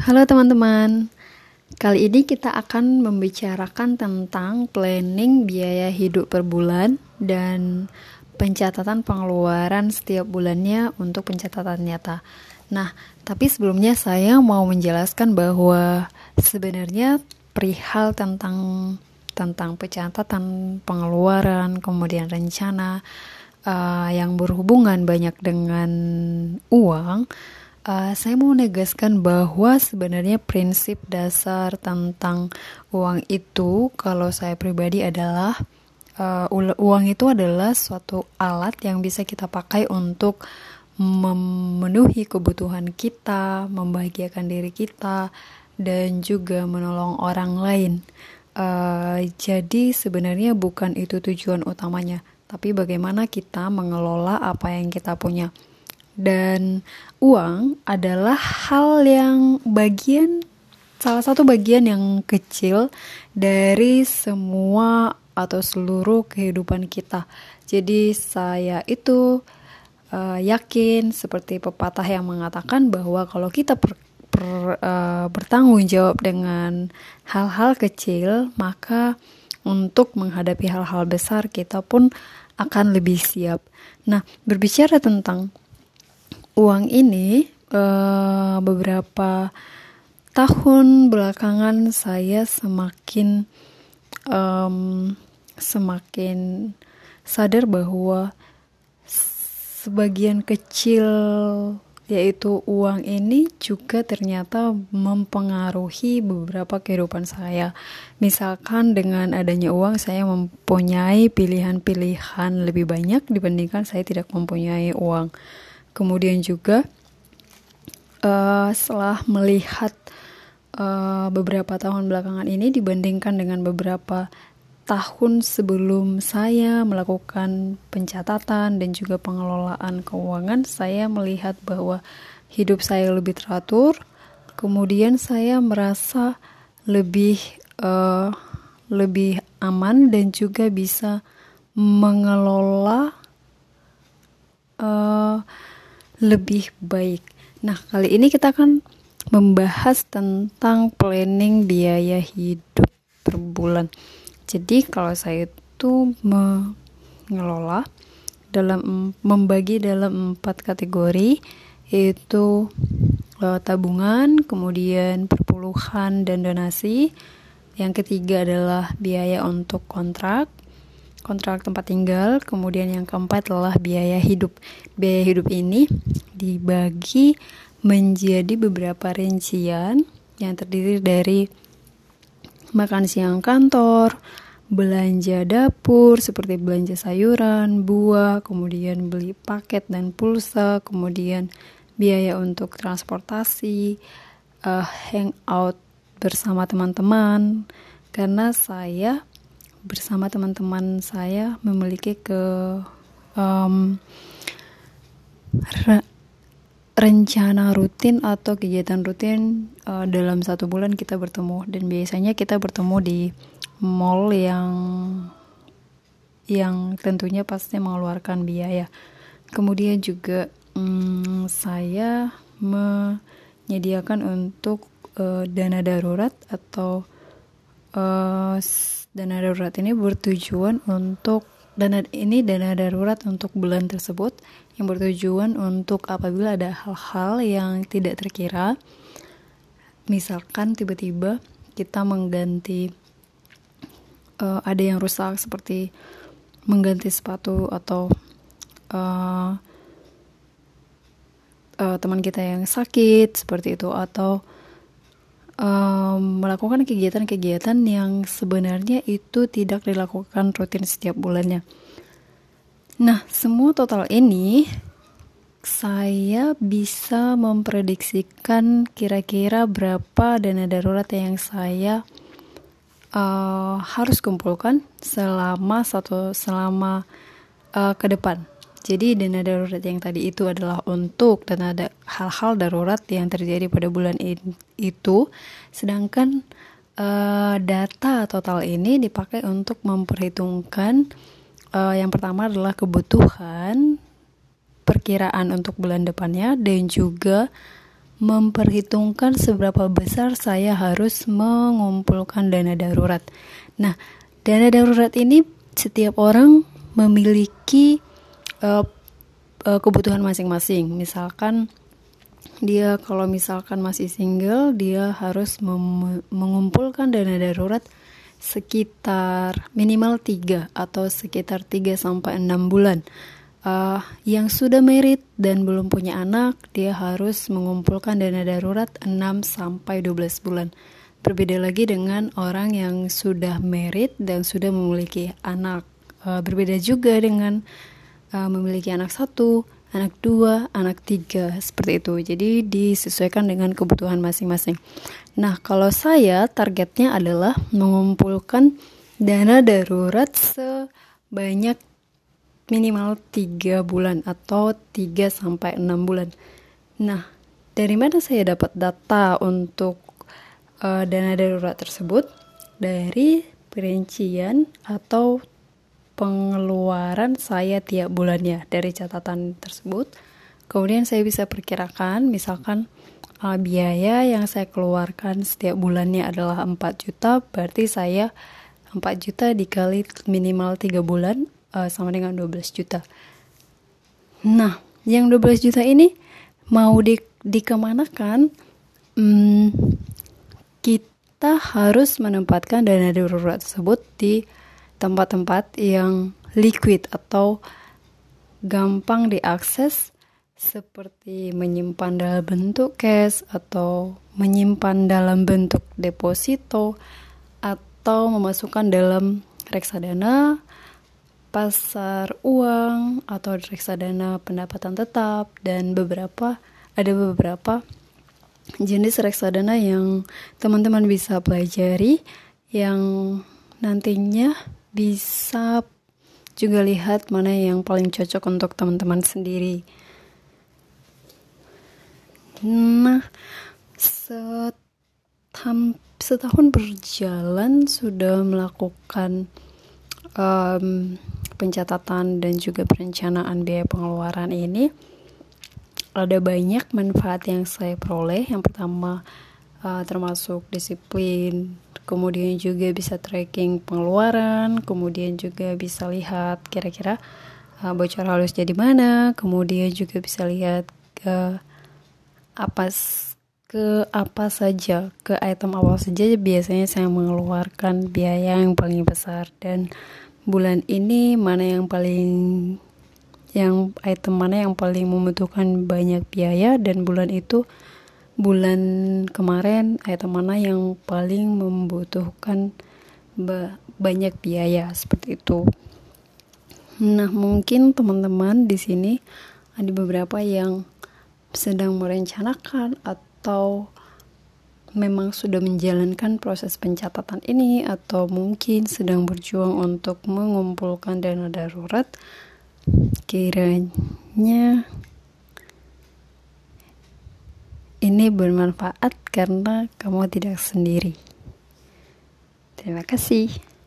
Halo teman-teman, kali ini kita akan membicarakan tentang planning biaya hidup per bulan dan pencatatan pengeluaran setiap bulannya untuk pencatatan nyata. Nah, tapi sebelumnya saya mau menjelaskan bahwa sebenarnya perihal tentang pencatatan pengeluaran, kemudian rencana yang berhubungan banyak dengan uang. Saya mau menegaskan bahwa sebenarnya prinsip dasar tentang uang itu, kalau saya pribadi adalah uang itu adalah suatu alat yang bisa kita pakai untuk memenuhi kebutuhan kita, membahagiakan diri kita, dan juga menolong orang lain. Jadi sebenarnya bukan itu tujuan utamanya, tapi bagaimana kita mengelola apa yang kita punya. Dan uang adalah salah satu bagian yang kecil dari semua atau seluruh kehidupan kita. Jadi saya itu yakin seperti pepatah yang mengatakan bahwa kalau kita bertanggung jawab dengan hal-hal kecil, maka untuk menghadapi hal-hal besar kita pun akan lebih siap. Nah, berbicara tentang uang ini, beberapa tahun belakangan saya semakin sadar bahwa sebagian kecil yaitu uang ini juga ternyata mempengaruhi beberapa kehidupan saya. Misalkan dengan adanya uang saya mempunyai pilihan-pilihan lebih banyak dibandingkan saya tidak mempunyai uang. Kemudian juga setelah melihat beberapa tahun belakangan ini dibandingkan dengan beberapa tahun sebelum saya melakukan pencatatan dan juga pengelolaan keuangan, saya melihat bahwa hidup saya lebih teratur. Kemudian saya merasa lebih aman dan juga bisa mengelola lebih baik. Nah, kali ini kita akan membahas tentang planning biaya hidup per bulan. Jadi, kalau saya itu membagi dalam 4 kategori, yaitu tabungan, kemudian perpuluhan dan donasi. Yang ketiga adalah biaya untuk kontrak tempat tinggal, kemudian yang keempat adalah biaya hidup. Biaya hidup ini dibagi menjadi beberapa rincian yang terdiri dari makan siang kantor, belanja dapur seperti belanja sayuran, buah, kemudian beli paket dan pulsa, kemudian biaya untuk transportasi, hangout bersama teman-teman, karena saya bersama teman-teman saya memiliki rencana rutin atau kegiatan rutin dalam 1 bulan kita bertemu, dan biasanya kita bertemu di mall yang tentunya pasti mengeluarkan biaya. Kemudian juga saya menyediakan untuk dana darurat atau dana darurat ini bertujuan untuk dana darurat untuk bulan tersebut yang bertujuan untuk apabila ada hal-hal yang tidak terkira, misalkan tiba-tiba kita mengganti ada yang rusak seperti mengganti sepatu atau teman kita yang sakit seperti itu, atau melakukan kegiatan-kegiatan yang sebenarnya itu tidak dilakukan rutin setiap bulannya. Nah, semua total ini saya bisa memprediksikan kira-kira berapa dana darurat yang saya harus kumpulkan selama ke depan. Jadi dana darurat yang tadi itu adalah untuk hal-hal darurat yang terjadi pada bulan itu, sedangkan data total ini dipakai untuk memperhitungkan yang pertama adalah kebutuhan perkiraan untuk bulan depannya, dan juga memperhitungkan seberapa besar saya harus mengumpulkan dana darurat. Nah, dana darurat ini setiap orang memiliki kebutuhan masing-masing. Misalkan dia kalau misalkan masih single, dia harus mengumpulkan dana darurat sekitar minimal 3 atau sekitar 3 sampai 6 bulan. Yang sudah married dan belum punya anak, dia harus mengumpulkan dana darurat 6 sampai 12 bulan. Berbeda lagi dengan orang yang sudah married dan sudah memiliki anak. Berbeda juga dengan memiliki anak 1, anak 2, anak 3, seperti itu. Jadi disesuaikan dengan kebutuhan masing-masing. Nah, kalau saya targetnya adalah mengumpulkan dana darurat sebanyak minimal 3 bulan atau 3 sampai 6 bulan. Nah, dari mana saya dapat data untuk dana darurat tersebut? Dari perincian atau pengeluaran saya tiap bulannya dari catatan tersebut. Kemudian saya bisa perkirakan misalkan biaya yang saya keluarkan setiap bulannya adalah 4 juta, berarti saya 4 juta dikali minimal 3 bulan sama dengan 12 juta. Nah, yang 12 juta ini mau dikemanakan? Kita harus menempatkan dana darurat tersebut di tempat-tempat yang liquid atau gampang diakses, seperti menyimpan dalam bentuk cash atau menyimpan dalam bentuk deposito atau memasukkan dalam reksadana, pasar uang atau reksadana pendapatan tetap, dan ada beberapa jenis reksadana yang teman-teman bisa pelajari yang nantinya bisa juga lihat mana yang paling cocok untuk teman-teman sendiri. Nah, setahun berjalan sudah melakukan pencatatan dan juga perencanaan biaya pengeluaran ini, ada banyak manfaat yang saya peroleh. Yang pertama, termasuk disiplin, kemudian juga bisa tracking pengeluaran, kemudian juga bisa lihat kira-kira bocor halus jadi mana, kemudian juga bisa lihat ke item apa saja biasanya saya mengeluarkan biaya yang paling besar, dan bulan ini item mana yang paling membutuhkan banyak biaya, dan bulan kemarin item mana yang paling membutuhkan banyak biaya, seperti itu. Nah, mungkin teman-teman di sini ada beberapa yang sedang merencanakan atau memang sudah menjalankan proses pencatatan ini, atau mungkin sedang berjuang untuk mengumpulkan dana darurat. Kiranya ini bermanfaat karena kamu tidak sendiri. Terima kasih.